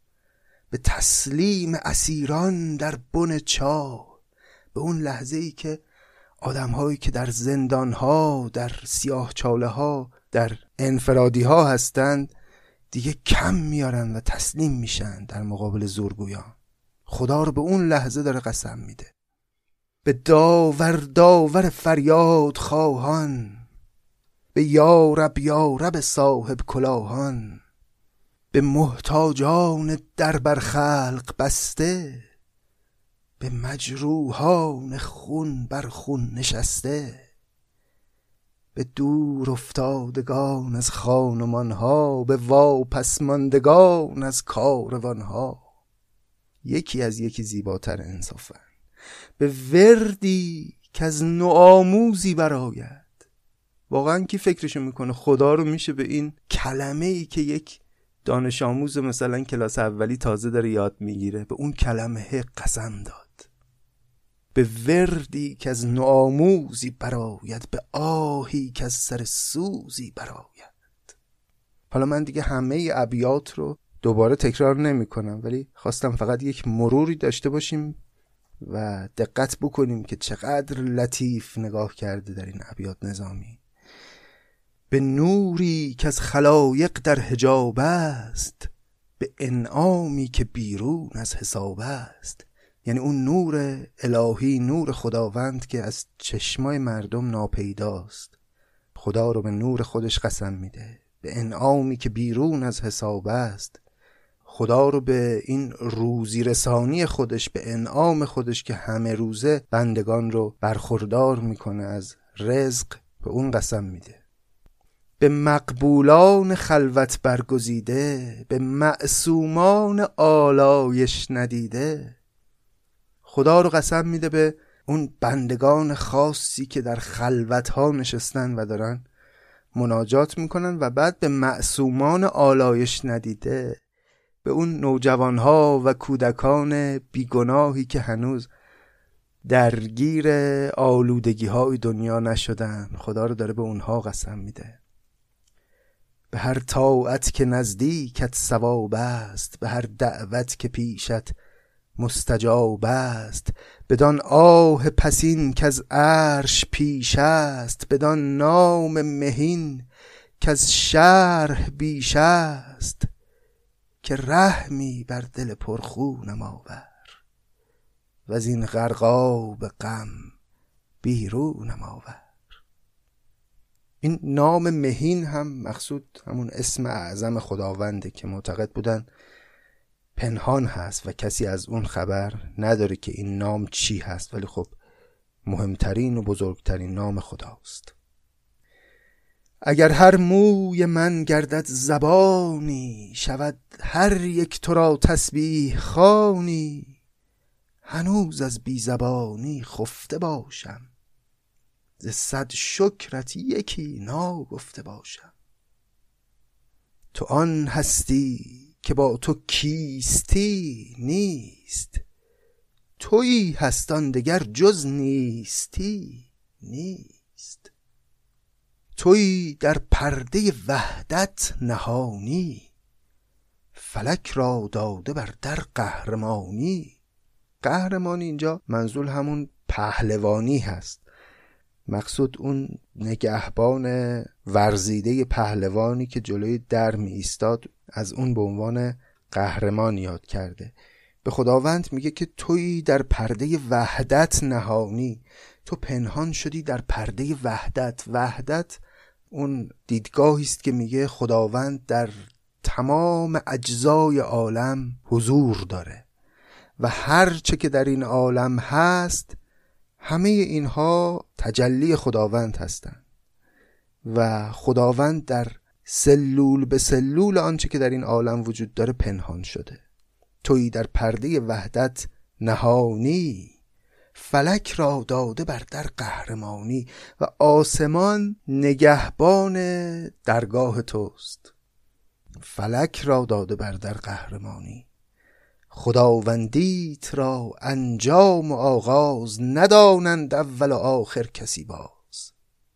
به تسلیم اسیران در بن چاه، به اون لحظه ای که آدم هایی که در زندان ها، در سیاه چاله ها، در انفرادی ها هستند دیگه کم میارن و تسلیم میشن در مقابل زورگویان. خدا رو به اون لحظه داره قسم میده. به داور داور فریاد خواهان، به یارب یارب صاحب کلاهان، به محتاجان در بر خلق بسته، به مجروحان خون بر خون نشسته، به دور افتادگان از خانمانها، به واپس ماندگان از کاروانها. یکی از یکی زیباتر انصافا. به وردی که از نوآموزی برآید. واقعا کی فکرشو میکنه خدا رو میشه به این کلمه ای که یک دانش آموز مثلا کلاس اولی تازه داره یاد میگیره، به اون کلمه قسم داد. به وردی که از نوآموزی برآید، به آهی که از سر سوزی برآید. حالا من دیگه همه ابیات رو دوباره تکرار نمی کنم، ولی خواستم فقط یک مروری داشته باشیم و دقت بکنیم که چقدر لطیف نگاه کرده در این ابیات نظامی. به نوری که از خلایق در حجاب است، به انعامی که بیرون از حساب است. یعنی اون نور الهی، نور خداوند که از چشمای مردم ناپیداست، خدا رو به نور خودش قسم میده. به انعامی که بیرون از حساب است، خدا رو به این روزی رسانی خودش، به انعام خودش که همه روزه بندگان رو برخوردار میکنه از رزق، به اون قسم میده. به مقبولان خلوت برگزیده، به معصومان آلایش ندیده. خدا رو قسم میده به اون بندگان خاصی که در خلوت ها نشستن و دارن مناجات میکنن، و بعد به معصومان آلایش ندیده، به اون نوجوان ها و کودکان بیگناهی که هنوز درگیر آلودگی های دنیا نشدن. خدا رو داره به اونها قسم میده. به هر طاعت که نزدیکت ثواب است، به هر دعوت که پیشت مستجاب است. بدان آه پسین که از عرش پیش است، بدان نام مهین که از شرح بیش است. که رحمی بر دل پرخونم آور، و از این غرقاب غم بیرونم آور. این نام مهین هم مقصود همون اسم اعظم خداونده که معتقد بودن پنهان هست و کسی از اون خبر نداره که این نام چی هست، ولی خب مهمترین و بزرگترین نام خداست. اگر هر موی من گردد زبانی، شود هر یک تو را تسبیح خوانی. هنوز از بی زبانی خفته باشم، ز صد شکرت یکی ناگفته باشم. تو آن هستی که با تو کیستی نیست، تویی هستان دگر جز نیستی نیست. تویی در پرده وحدت نهانی، فلک را داده بر در قهرمانی. قهرمانی اینجا منظور همون پهلوانی هست، مقصود اون نگهبان ورزیده پهلوانی که جلوی در می ایستاد از اون به عنوان قهرمان یاد کرده. به خداوند میگه که تویی در پرده وحدت نهانی، تو پنهان شدی در پرده وحدت. وحدت اون دیدگاهی است که میگه خداوند در تمام اجزای عالم حضور داره و هر چه که در این عالم هست همه اینها تجلی خداوند هستند و خداوند در سلول به سلول آنچه که در این عالم وجود داره پنهان شده. تویی در پرده وحدت نهانی، فلک را داده بر در قهرمانی. و آسمان نگهبان درگاه توست، فلک را داده بر در قهرمانی. خداوندیت را انجام و آغاز، ندانند اول و آخر کسی باز.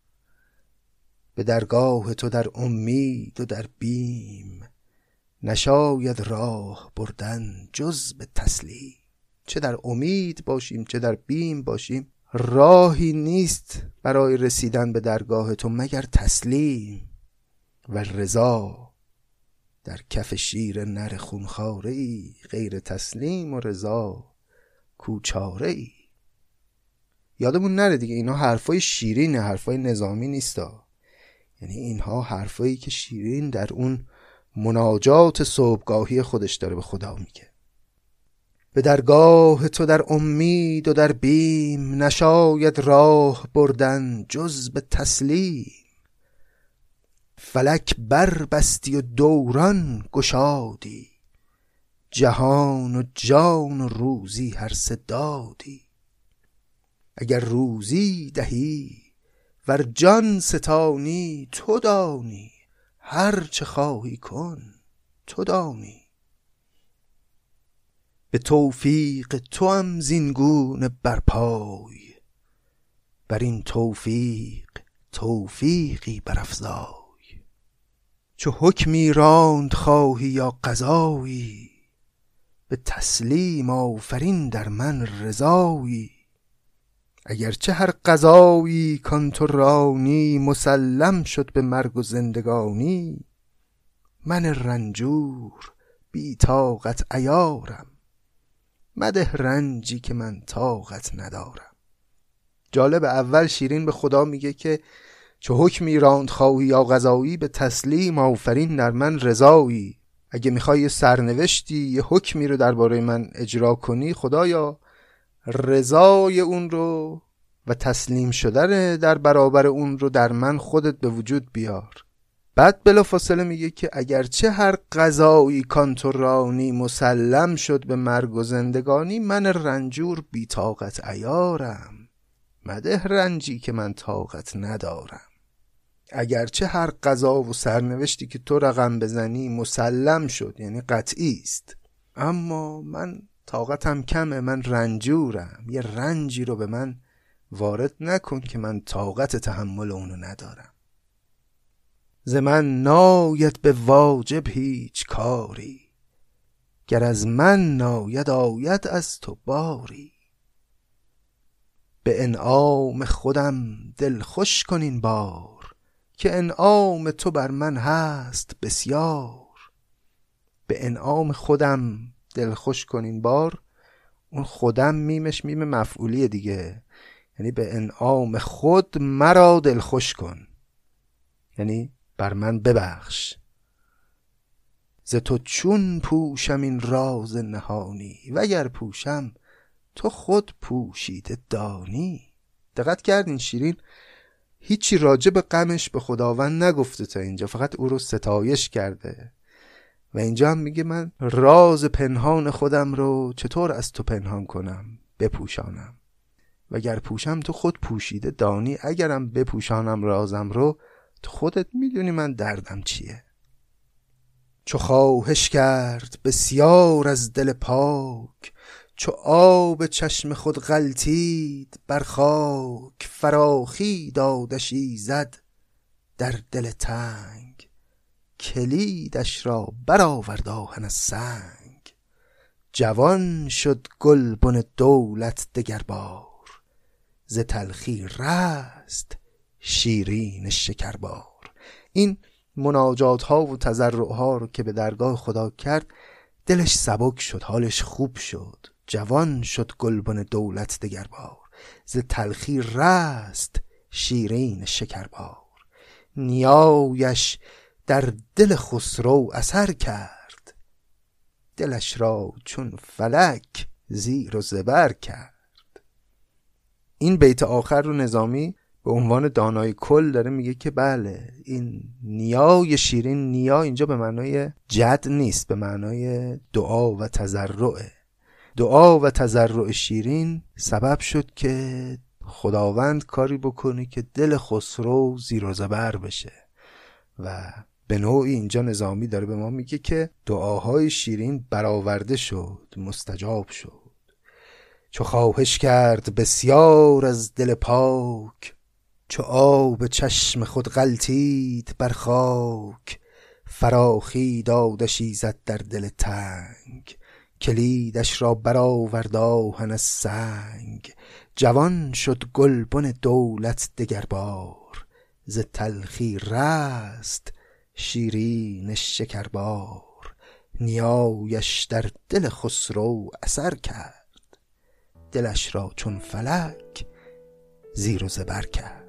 به درگاه تو در امید و در بیم، نشاید راه بردن جز به تسلیم. چه در امید باشیم چه در بیم باشیم، راهی نیست برای رسیدن به درگاه تو مگر تسلیم. و رضا در کف شیر نر خونخواره ای، غیر تسلیم و رضا کوچاره ای. یادمون نره دیگه اینا حرفای شیرینه، حرفای نظامی نیستا. یعنی اینها حرفایی که شیرین در اون مناجات صبحگاهی خودش داره به خدا میگه. به درگاه تو در امید و در بیم، نشاید راه بردن جز به تسلیم. فلک بر بستی و دوران گشادی، جهان و جان و روزی هر سه دادی. اگر روزی دهی ور جان ستانی، تو دانی هر چه خواهی کن تو دانی. به توفیق تو هم زینگونه برپای، بر این توفیق توفیقی برافزای. چو حکمی راند خواهی یا قضایی، به تسلیم آفرین در من رضایی. اگرچه هر قضایی کان تو رانی، مسلم شد به مرگ و زندگانی. من رنجور بی طاقت عیارم، مده رنجی که من طاقت ندارم. جالب، اول شیرین به خدا میگه که چه حکمی راند خواهی یا قضایی، به تسلیم آفرین در من رضایی. اگه میخوای یه سرنوشتی یه حکمی رو درباره من اجرا کنی، خدایا رضای اون رو و تسلیم شدن در برابر اون رو در من خودت به وجود بیار. بعد بلافاصله میگه که اگرچه هر قضایی کان تو رانی، مسلم شد به مرگ و زندگانی. من رنجور بی طاقت عیارم، مده رنجی که من طاقت ندارم. اگرچه هر قضا و سرنوشتی که تو رقم بزنی مسلم شد، یعنی قطعی است، اما من طاقتم کمه، من رنجورم. یه رنجی رو به من وارد نکن که من طاقت تحمل اونو ندارم. ز من ناید به واجب هیچ کاری، گر از من ناید آید از تو باری. به انعام خودم دل خوش کن این بار، که انعام تو بر من هست بسیار. به انعام خودم دل خوش کن این بار، اون خودم میمش میم مفعولیه دیگه، یعنی به انعام خود مرا دلخوش کن، یعنی بر من ببخش. ز تو چون پوشم این راز نهانی، وگر پوشم تو خود پوشیده دانی. دقت کردین شیرین هیچی راجع به غمش به خداوند نگفته تا اینجا، فقط او رو ستایش کرده. و اینجا هم میگه من راز پنهان خودم رو چطور از تو پنهان کنم، بپوشانم. وگر پوشم تو خود پوشیده دانی، اگرم بپوشانم رازم رو تو خودت میدونی من دردم چیه. چو خواهش کرد بسیار از دل پاک، چو آب چشم خود غلتید بر خاک. فراخی دادش ایزد در دل تنگ، کلیدش را برآورد آهن از سنگ. جوان شد گلبن دولت دگربار، ز تلخی رست شیرین شکربار. این مناجات ها و تضرع ها رو که به درگاه خدا کرد دلش سبک شد، حالش خوب شد. جوان شد گلبن دولت دگربار، ز تلخی رست شیرین شکربار. نیایش در دل خسرو اثر کرد، دلش را چون فلک زیر و زبر کرد. این بیت آخر رو نظامی به عنوان دانای کل داره میگه که بله این نیای شیرین، نیا اینجا به معنای جد نیست، به معنای دعا و تضرعه. دعا و تضرع شیرین سبب شد که خداوند کاری بکنه که دل خسرو زیر و زبر بشه. و به نوعی اینجا نظامی داره به ما میگه که دعاهای شیرین برآورده شد، مستجاب شد. چو خواهش کرد بسیار از دل پاک، چو آب چشم خود غلتید بر خاک. فراخی دادش ایزد در دل تنگ، کلیدش را برآورد آهن از سنگ. جوان شد گلبن دولت دگربار، ز تلخی رست شیرین شکربار. نیایش در دل خسرو اثر کرد، دلش را چون فلک زیر و زبر کرد.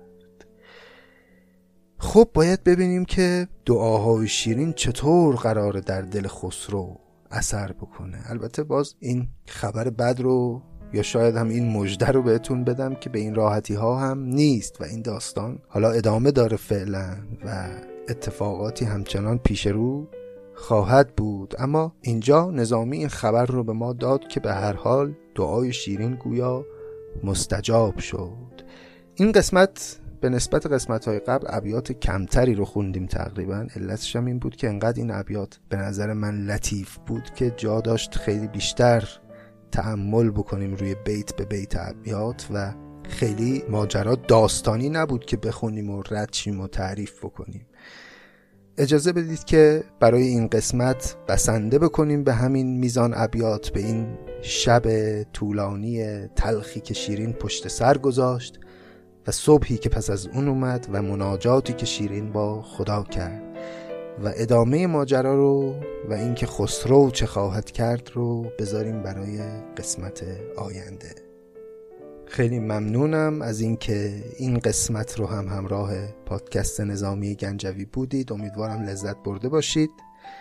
خب باید ببینیم که دعاهای شیرین چطور قراره در دل خسرو اثر بکنه. البته باز این خبر بد رو یا شاید هم این مژده رو بهتون بدم که به این راحتی ها هم نیست و این داستان حالا ادامه داره فعلا و اتفاقاتی همچنان پیش رو خواهد بود. اما اینجا نظامی این خبر رو به ما داد که به هر حال دعای شیرین گویا مستجاب شد. این قسمت به نسبت قسمت‌های قبل ابیات کمتری رو خوندیم تقریبا. علتش هم این بود که انقدر این ابیات به نظر من لطیف بود که جا داشت خیلی بیشتر تأمل بکنیم روی بیت به بیت ابیات و خیلی ماجرا داستانی نبود که بخونیم و رد شیم و تعریف بکنیم. اجازه بدید که برای این قسمت بسنده بکنیم به همین میزان ابیات، به این شب طولانی تلخی که شیرین پشت سر گذاشت و صبحی که پس از اون اومد و مناجاتی که شیرین با خدا کرد و ادامه ماجرا رو و اینکه خسرو چه خواهد کرد رو بذاریم برای قسمت آینده. خیلی ممنونم از اینکه این قسمت رو هم همراه پادکست نظامی گنجوی بودید. امیدوارم لذت برده باشید.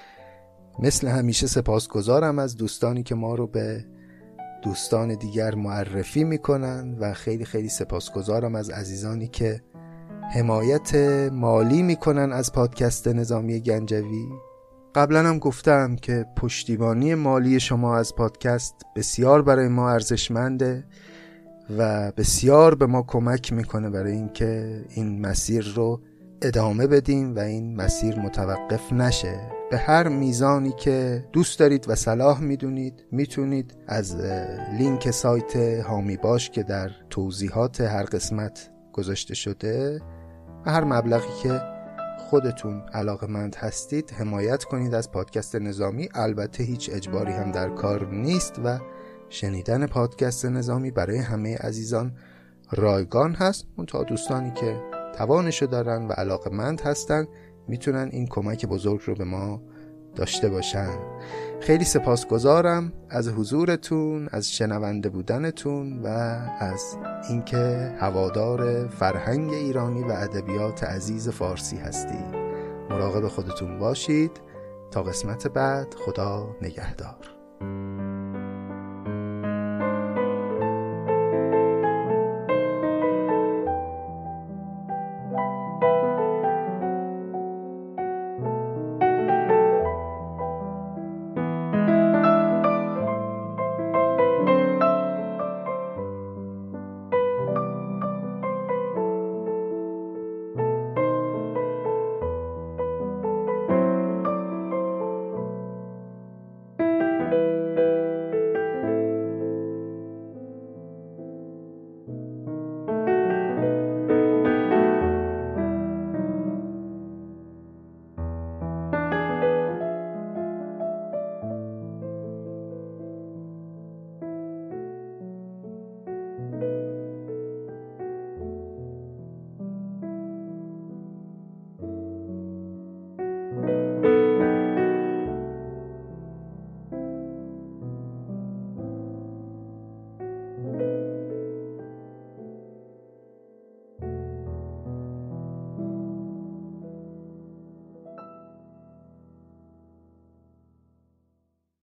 مثل همیشه سپاسگزارم از دوستانی که ما رو به دوستان دیگر معرفی میکنن و خیلی خیلی سپاسگزارم از عزیزانی که حمایت مالی میکنن از پادکست نظامی گنجوی. قبلا هم گفتم که پشتیبانی مالی شما از پادکست بسیار برای ما ارزشمنده و بسیار به ما کمک میکنه برای اینکه این مسیر رو ادامه بدیم و این مسیر متوقف نشه. به هر میزانی که دوست دارید و صلاح میدونید میتونید از لینک سایت هامی باش که در توضیحات هر قسمت گذاشته شده و هر مبلغی که خودتون علاقه‌مند هستید حمایت کنید از پادکست نظامی. البته هیچ اجباری هم در کار نیست و شنیدن پادکست نظامی برای همه عزیزان رایگان هست. اون تا دوستانی که توانشو دارن و علاقه‌مند هستن میتونن این کمک بزرگ رو به ما داشته باشن. خیلی سپاسگزارم از حضورتون، از شنونده بودنتون و از اینکه هوادار فرهنگ ایرانی و ادبیات عزیز فارسی هستید. مراقب خودتون باشید. تا قسمت بعد، خدا نگهدار.